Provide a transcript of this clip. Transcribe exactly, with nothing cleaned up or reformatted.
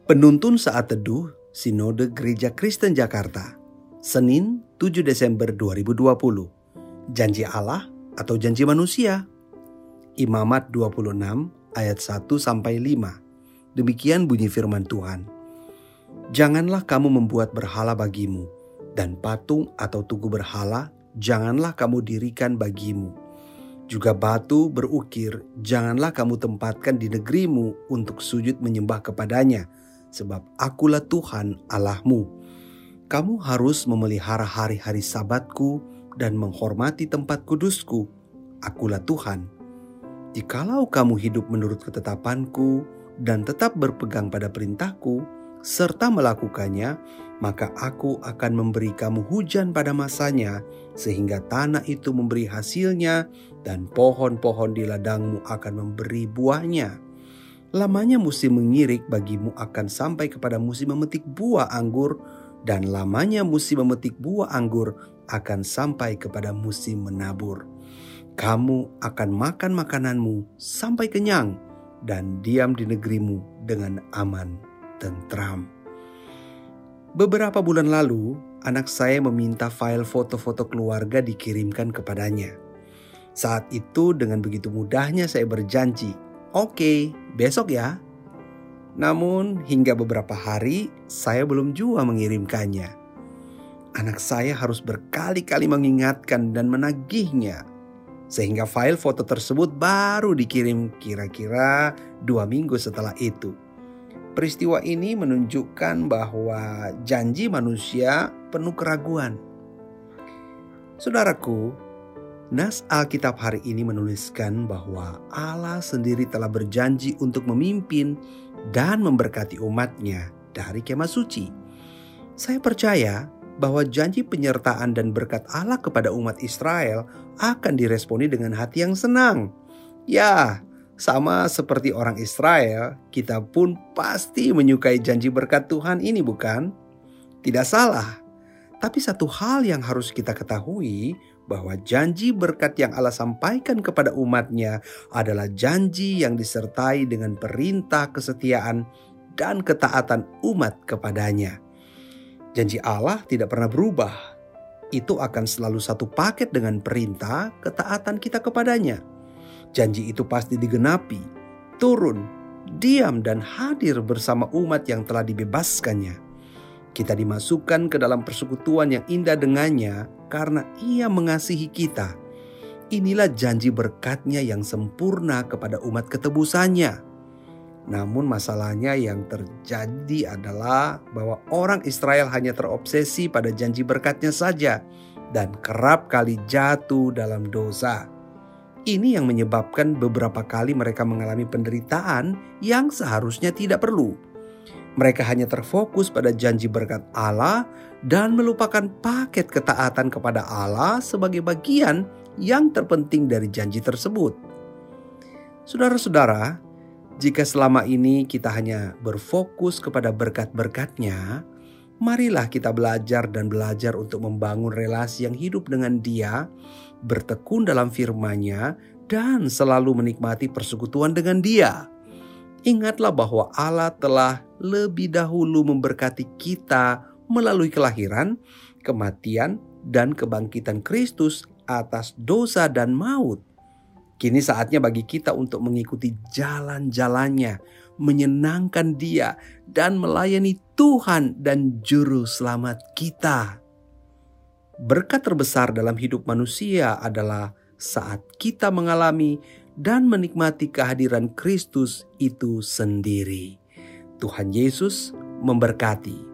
Penuntun Saat Teduh Sinode Gereja Kristen Jakarta, Senin tujuh Desember dua ribu dua puluh. Janji Allah atau janji manusia? Imamat dua puluh enam ayat satu sampai lima. Demikian bunyi firman Tuhan. Janganlah kamu membuat berhala bagimu, dan patung atau tugu berhala janganlah kamu dirikan bagimu. Juga batu berukir janganlah kamu tempatkan di negerimu untuk sujud menyembah kepadanya, sebab akulah Tuhan Allahmu. Kamu harus memelihara hari-hari Sabatku dan menghormati tempat kudusku. Akulah Tuhan. Jikalau kamu hidup menurut ketetapanku dan tetap berpegang pada perintahku serta melakukannya, maka aku akan memberi kamu hujan pada masanya, sehingga tanah itu memberi hasilnya dan pohon-pohon di ladangmu akan memberi buahnya. Lamanya musim mengirik bagimu akan sampai kepada musim memetik buah anggur, dan lamanya musim memetik buah anggur akan sampai kepada musim menabur. Kamu akan makan makananmu sampai kenyang dan diam di negerimu dengan aman tentram. Beberapa bulan lalu, anak saya meminta file foto-foto keluarga dikirimkan kepadanya. Saat itu dengan begitu mudahnya saya berjanji, "Oke, besok ya." Namun hingga beberapa hari saya belum juga mengirimkannya. Anak saya harus berkali-kali mengingatkan dan menagihnya, sehingga file foto tersebut baru dikirim kira-kira dua minggu setelah itu. Peristiwa ini menunjukkan bahwa janji manusia penuh keraguan. Saudaraku, nas Alkitab hari ini menuliskan bahwa Allah sendiri telah berjanji untuk memimpin dan memberkati umatnya dari kemah suci. Saya percaya bahwa janji penyertaan dan berkat Allah kepada umat Israel akan diresponi dengan hati yang senang. Ya, sama seperti orang Israel, kita pun pasti menyukai janji berkat Tuhan ini, bukan? Tidak salah. Tapi satu hal yang harus kita ketahui, bahwa janji berkat yang Allah sampaikan kepada umatnya adalah janji yang disertai dengan perintah kesetiaan dan ketaatan umat kepadanya. Janji Allah tidak pernah berubah. Itu akan selalu satu paket dengan perintah ketaatan kita kepadanya. Janji itu pasti digenapi, turun, diam dan hadir bersama umat yang telah dibebaskannya. Kita dimasukkan ke dalam persekutuan yang indah dengannya karena Ia mengasihi kita. Inilah janji berkatnya yang sempurna kepada umat ketebusannya. Namun masalahnya yang terjadi adalah bahwa orang Israel hanya terobsesi pada janji berkatnya saja dan kerap kali jatuh dalam dosa. Ini yang menyebabkan beberapa kali mereka mengalami penderitaan yang seharusnya tidak perlu. Mereka hanya terfokus pada janji berkat Allah dan melupakan paket ketaatan kepada Allah sebagai bagian yang terpenting dari janji tersebut. Saudara-saudara, jika selama ini kita hanya berfokus kepada berkat-berkat-Nya, marilah kita belajar dan belajar untuk membangun relasi yang hidup dengan Dia, bertekun dalam firman-Nya, dan selalu menikmati persekutuan dengan Dia. Ingatlah bahwa Allah telah lebih dahulu memberkati kita melalui kelahiran, kematian, dan kebangkitan Kristus atas dosa dan maut. Kini saatnya bagi kita untuk mengikuti jalan-jalannya, menyenangkan Dia, dan melayani Tuhan dan Juru Selamat kita. Berkat terbesar dalam hidup manusia adalah saat kita mengalami dan menikmati kehadiran Kristus itu sendiri. Tuhan Yesus memberkati.